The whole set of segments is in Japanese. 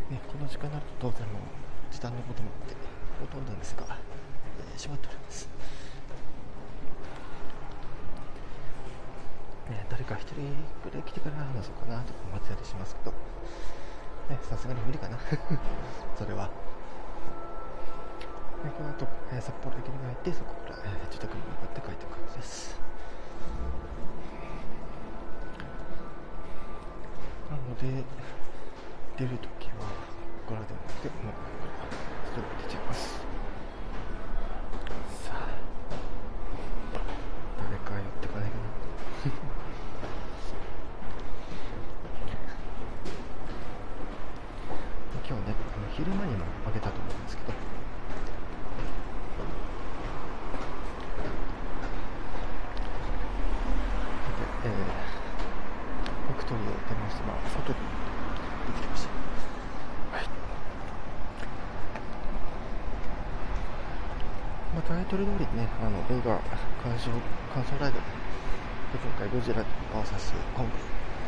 ね、この時間になると当然もう時短のこともあってほとんどですが、閉まっております、ね、誰か一人くらい来てから話そうかなとか思ってたりしますけど、ね、さすがに無理かなそれは、この後、札幌駅に帰ってそこから、自宅に向かって帰っていく感じです。なので出るときはここからではなくてもうここから一人で出ちゃいます。さあ誰か寄ってかないかな今日ね昼間にもあげたと思うんですけど、北東に出まして、外に出てきました。はい。タイトル通りにね、映画鑑賞ライブで今回ゴジラ VS コング、こ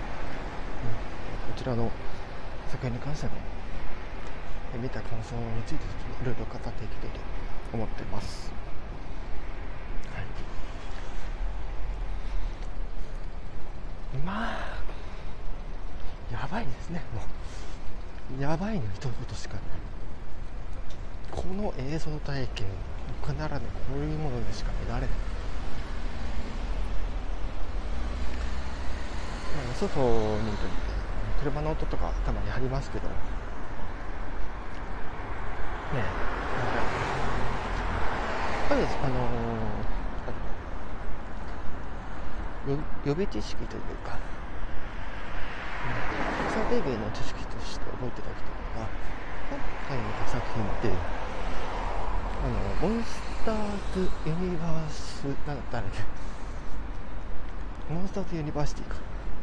ちらの作品に関しても見た感想についていろいろ語っていきたいと思っています。はい。やばいですね。もうやばいの一言しかない。この映像体験僕ならね、こういうものでしか見られない。外にいると車の音とかたまにありますけどね、まず予備知識というか最低限の知識として覚えていただきたいのが、今回の作品ってモンスターズユニバースなんだったっけ、モンスターズユニバーシティか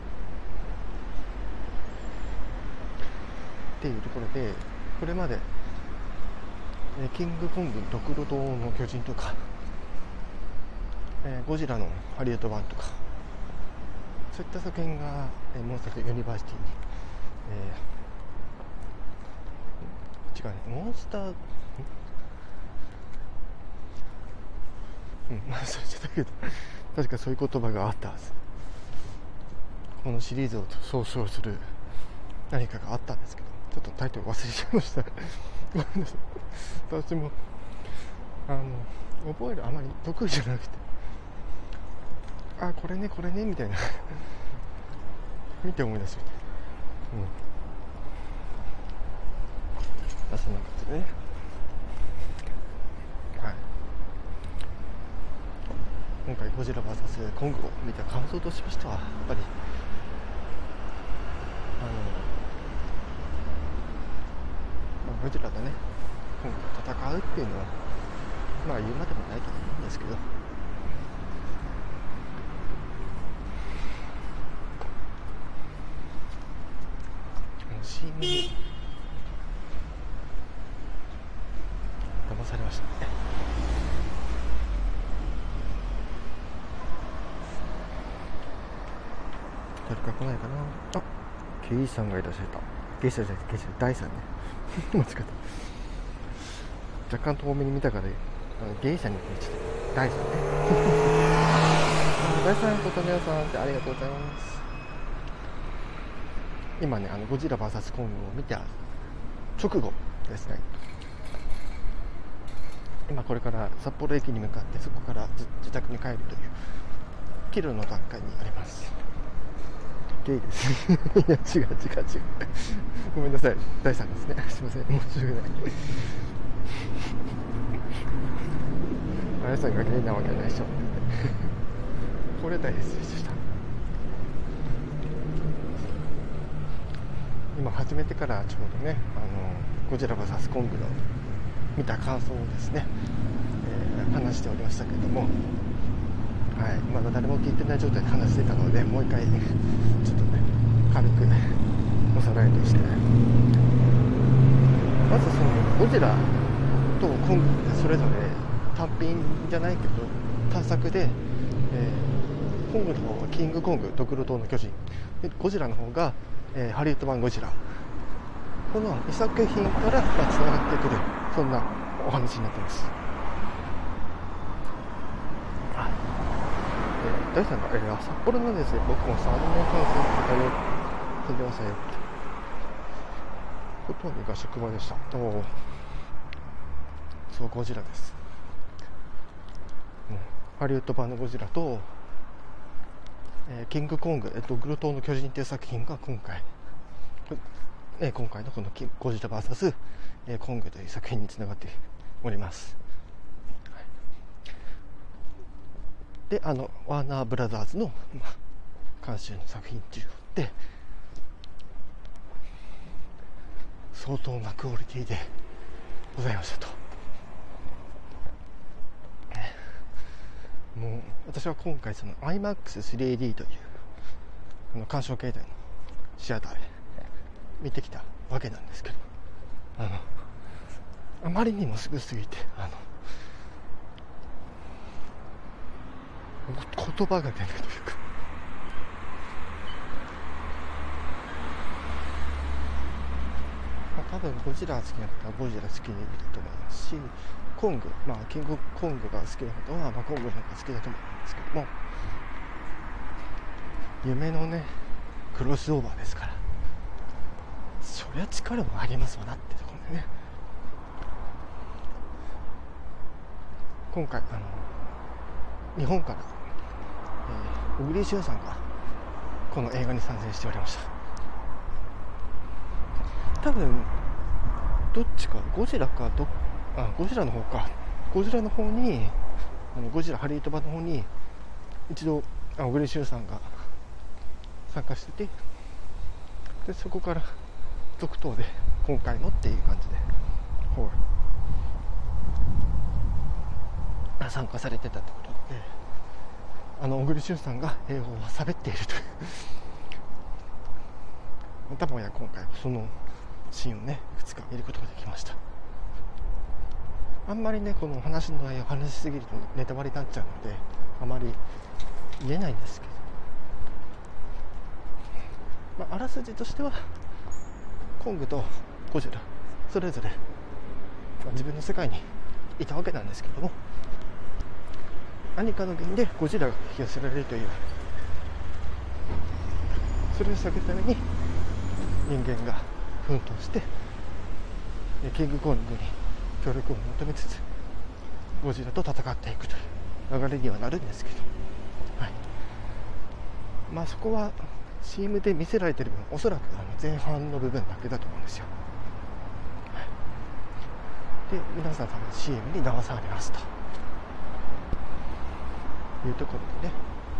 っていうところで、これまでキングコングドクロ島の巨人とか、ゴジラのハリウッド版とか、そういった作品がモンスターズユニバーシティに、モンスター忘れちゃったけど確かそういう言葉があったはず。このシリーズを総称する何かがあったんですけど、ちょっとタイトル忘れちゃいましたごめんなさい。私も覚えるあまり得意じゃなくて、これねみたいな見て思い出すみたいな、そんな感じでね。はい。今回ゴジラ VS コングを見た感想としましては、やっぱりゴジラとねコングが戦うっていうのは言うまでもないと思うんですけど、CM に騙されましたね。誰か来ないかな。ケイさんがいらっしゃった。ゲイさんじゃなくてケイさん、ダイさんね間違った。若干遠目に見たからゲイさんにちょっとダイさんねダイさん、ことみやさんってありがとうございます。今ねゴジラ VS コングを見た直後ですね。今これから札幌駅に向かって、そこから自宅に帰るという帰路の段階にあります。ゲイですいや違うごめんなさい、第3ですね、すいません、申し訳ないあやさんがゲイなわけないでしょこれ大失礼でした。今始めてからちょうどねゴジラ VS コングの見た感想をですね、話しておりましたけれども、はい、まだ誰も聞いてない状態で話していたので、もう一回ちょっとね軽くおさらいとして、まずそのゴジラとコングってそれぞれ単品じゃないけど単作で、コングの方はキングコングドクロ島の巨人で、ゴジラの方が、ハリウッド版ゴジラ、 この2作品からつながってくる、そんなお話になっています。大さんが、札幌なんですね。僕も3年間住んでましたよって。ほとんどが職場でした。そう、ゴジラです。ハリウッド版のゴジラと、キングコング、グロトーの巨人という作品が今回のこのゴジラ VS、コングという作品につながっております。で、ワーナーブラザーズの、監修の作品ということで、相当なクオリティでございましたと。もう私は今回その IMAX3D という鑑賞形態のシアターで見てきたわけなんですけど、あまりにもすぐすぎて言葉が出ないというか、多分ゴジラ好きな方はゴジラ好きでいると思いますし、コング、キングコングが好きな方は、コングの方が好きだと思うんですけども、夢のねクロスオーバーですから、そりゃ力もありますわなってところでね、今回日本から、小栗旬さんがこの映画に参戦しておりました。多分どっちかゴジラかゴジラの方か、ゴジラの方にゴジラハリウッド版の方に一度小栗旬さんが参加してて、でそこから続投で今回のっていう感じで参加されてたってことで、小栗旬さんが英語を喋っているという多分今回そのシーンをね2日見ることができました。あんまりねこの話の内容を話しすぎるとネタバレになっちゃうのであまり言えないんですけど、あらすじとしてはコングとゴジラそれぞれ、自分の世界にいたわけなんですけども、何かの原因でゴジラが引き寄せられるという、それを避けるために人間が奮闘してキングコングに協力を求めつつゴジラと戦っていくという流れにはなるんですけど、そこは CM で見せられている分、おそらく前半の部分だけだと思うんですよ。で皆さん多分 CM に流されますというところでね、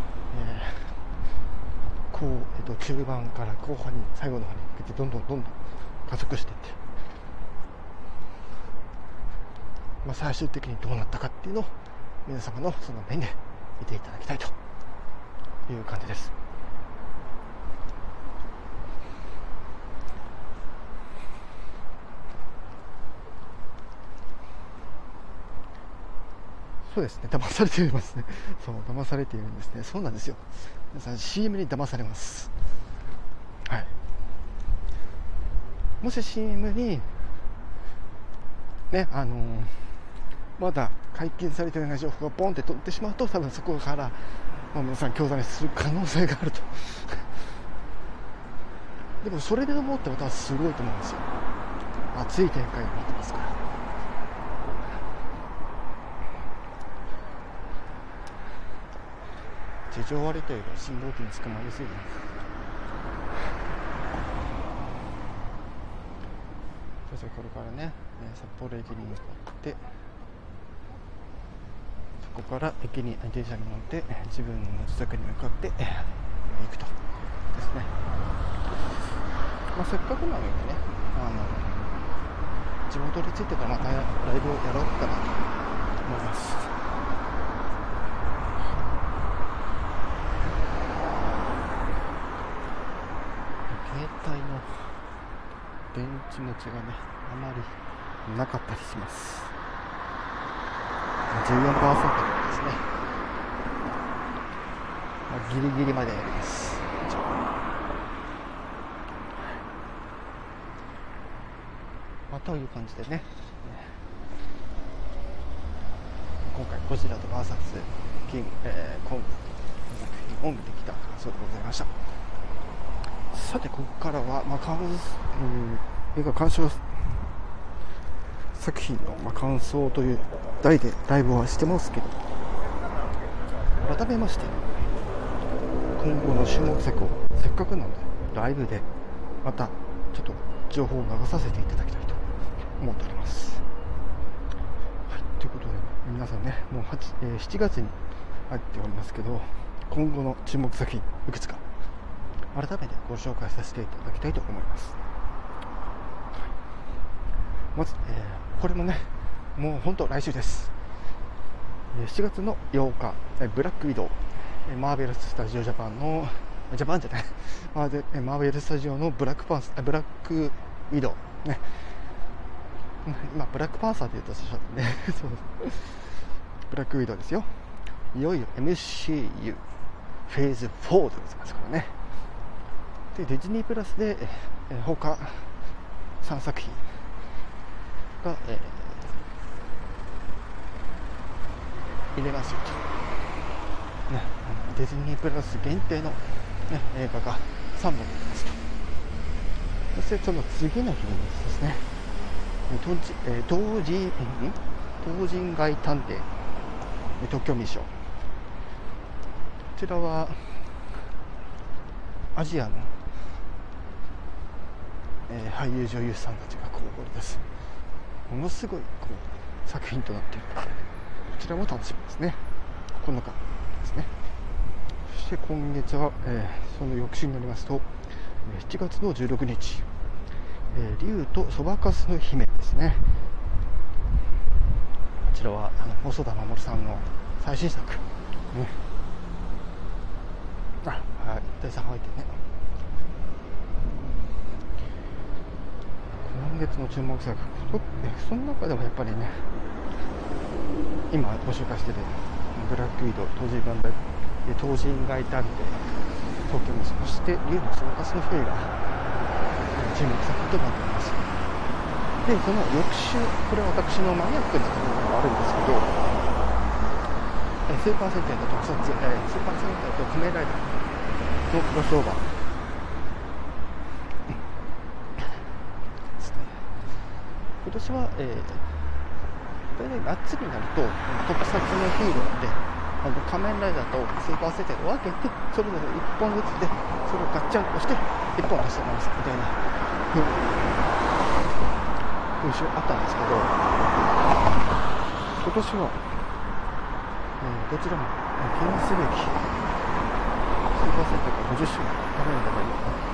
中盤から後半に最後の方に向けてどんどん加速していって、最終的にどうなったかっていうのを皆様のその目で見ていただきたいという感じです。そうですね、騙されていますね。そう、騙されているんですね。そうなんですよ。皆さん CM に騙されます。もし CM にね、まだ解禁されていない情報がポンって取ってしまうと、多分そこから、皆さん興ざめする可能性があるとでもそれで思ったことはすごいと思うんですよ。熱い展開になってますから。地上割というか信号機に捕まりすぎる。そしてこれからね、札幌駅に向かってそこから駅に電車に乗って自分の自宅に向かって行くとですね。せっかくなのでね、地元についてからまたライブをやろうかなと思います。携帯の電池持ちがねあまりなかったりします。 14% ですね。ギリギリまでやります。 という感じでね、今回ゴジラと VS キング、コングの作品を見てきた感想でございました。さてここからは、映画鑑賞作品の、感想という題でライブはしてますけど、改めまして今後の注目作をせっかくなのでライブでまたちょっと情報を流させていただきたいと思っております。はい、ということで、皆さんね、もう7月に入っておりますけど、今後の注目作品いくつか改めてご紹介させていただきたいと思います。まず、これもね、もう本当来週です。7月の8日、ブラックウィドウ、マーベルスタジオジャパンのジャパンじゃないマーベルスタジオのブラックウィドウね、ブラックパンサーというとそうねそうブラックウィドウですよ。いよいよ MCU フェーズ4でございますからね。でディズニープラスで、他3作品が、入れますよと、ね、ディズニープラス限定の、映画が3本出ますと。そしてその次の日にですね、東人街探偵東京ミッション、こちらはアジアの、俳優女優さんたちがこうです。ものすごいこう作品となっているので、こちらも楽しみですね。9日ですね。そして今月は、その翌週になりますと7月の16日、竜とそばかすの姫ですね。こちらは細田守さんの最新作、ね、はい、第3入ってね。今月の注目作、その中でもやっぱりね、今ご紹介しているブラックウィドウ、東人街探偵東京ミッション、そして竜のそばかすの姫が注目作となっています。でその翌週、これは私のマニアックなところがあるんですけど、スーパー戦隊と特撮、スーパー戦隊と仮面ライダーのクロスオーバーですね。今年は、大体夏になると特撮のヒーローで仮面ライダーとスーパー戦隊を分けて、それぞれ1本ずつでそれをガッチャンとして1本出してもらいますみたいな風習あったんですけど、今年は、どちらも記念すべきスーパー戦隊が50周年、仮面ライダーが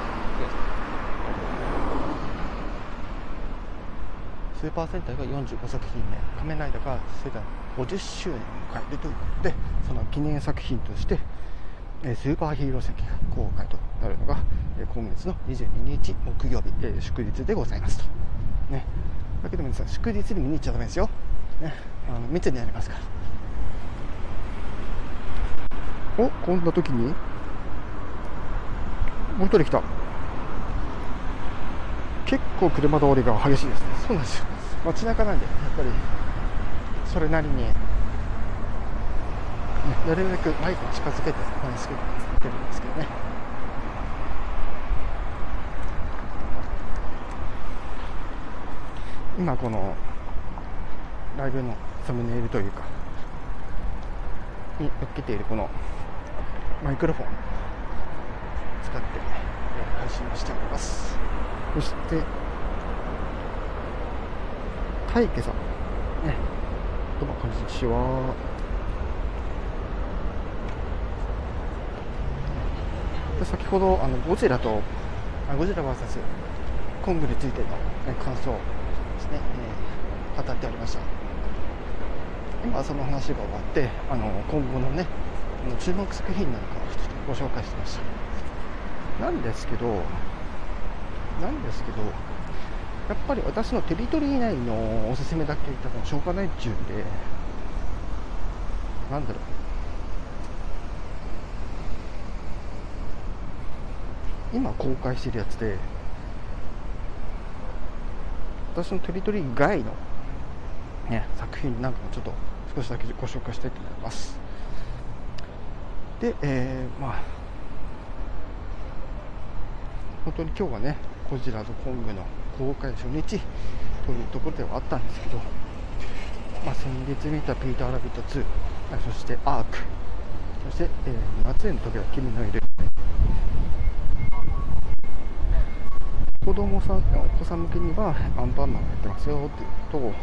スーパー戦隊が45作品目、仮面ライダーが世代50周年を迎えるということで、その記念作品としてスーパーヒーロー戦記が公開となるのが今月の22日木曜日、祝日でございますと、ね。だけど皆さん、祝日に見に行っちゃダメですよ、ね、密になりますから。こんな時に本当に来た。結構車通りが激しいですね。そうなんですよ、街中なんでやっぱりそれなりに、ね、なるべくマイクに近づけて話してるんですけどね。今このライブのサムネイルというかに乗っけているこのマイクロフォンを使って配信をしております。そして大家さんね、どうもこんにちは。で先ほどゴジラ VS コングについての、感想ですね、語っておりました。今その話が終わって今後のね注目作品なんかをちょっとご紹介してました。なんですけどやっぱり私のテリトリー内のおすすめだけ言ったらしょうがないっていうんで、今公開してるやつで私のテリトリー外の、ね、作品なんかもちょっと少しだけご紹介したいと思います。で、本当に今日はね、ゴジラとコングの公開初日というところではあったんですけど、先月見たピーター・ラビット2、そしてアーク、そして、夏への時は君のいる、お子さん向けにはアンパンマンがやってますよっていうことを、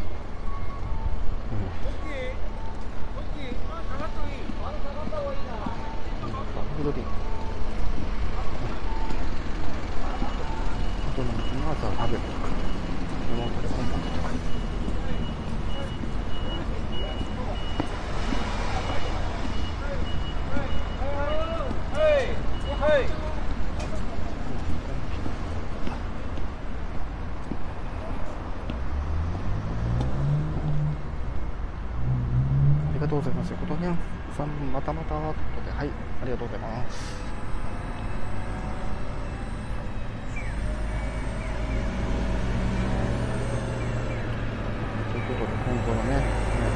大人向けにはザ・ファベルとかモータルコンバットとか、ありがとうございます。ことにゃんさんまたまたということで、はい、ありがとうございます。ということで今後のね、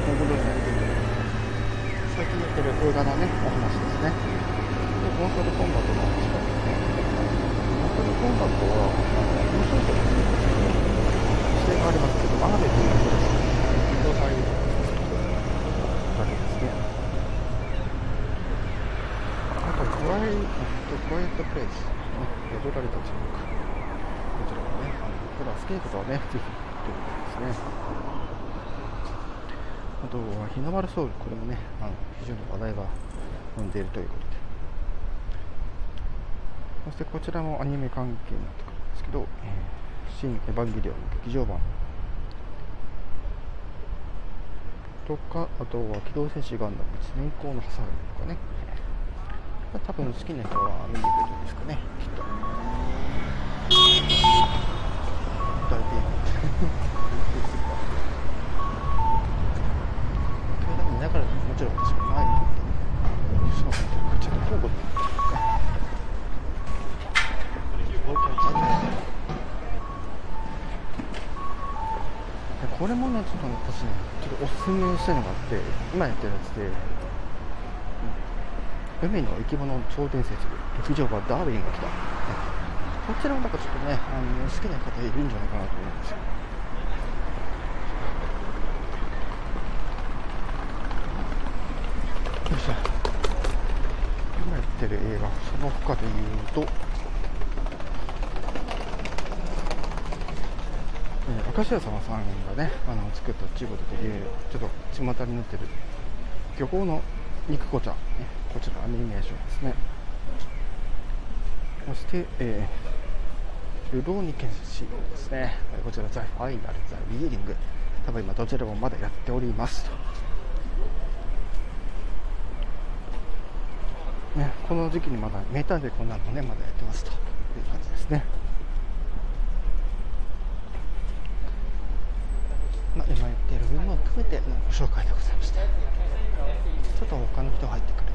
最近やってる映画のねお話ですね。でモータルコンバットの話がですね、モータルコンバットは面白いと思うんですけど、規定がありますけど、アーベということですね、動画いいだけですね。あとクワイエットプレイス、踊られた沈黙、こちらもね、これは好きなことはね、ぜひということですね。あとは日の丸ソウル、これもね、非常に話題が生んでいるということで、そしてこちらもアニメ関係になってくるんですけど、新エヴァンゲリオン劇場版とか、あとは機動戦士ガンダム年功のハサウェイとかね、多分好きな人は見に行くんですかね、きっと。大体だからもちろん私も前にすみません、こちらの交互にこれもね、ちょっと私ね、ちょっとおすすめしたいのがあって、今やってるやつで、海の生き物超伝説劇場版ダーウィンが来た、こちらもなんかちょっとね、好きな方いるんじゃないかなと思うんですよ。よいしょ。今やってる映画、その他で言うと、明石家さんがね、作ったっていうことで、ちょっと巷になってる漁港の肉子ちゃん、ね、こちらアニメーションですね。そして、ルローニケンシーですね。こちらザ・ファイナル、ザ・リーディング、多分今どちらもまだやっておりますと。ね、この時期にまだ名探偵コナンもねまだやってますという感じですね。今やっている分も含めてのご紹介でございました。ちょっと他の人入ってくるね。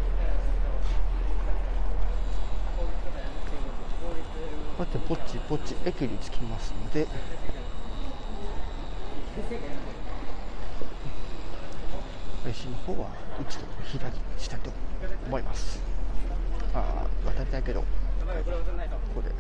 こうやってぼちぼち駅に着きますので、配信の方は一度開きしたいと思います。渡りたいけど、ここで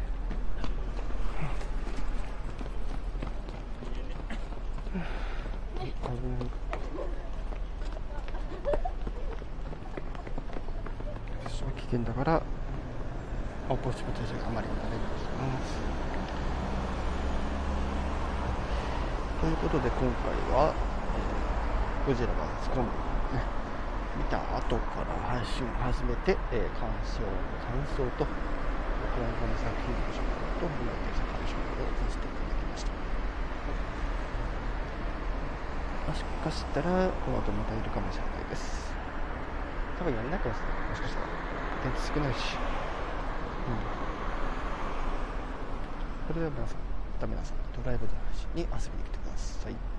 危険だからぼちぼちあまり離れます。ということで今回は、ゴジラがコングね見た後から配信を始めて、感想と今後の作品の紹介と今やっている作品の紹介をさせていただきました。もしかしたらこの後またいるかもしれないです。多分やんなくますね。もしかしたら電気少ないし、それでは皆さんドライブの配信に遊びに来てください。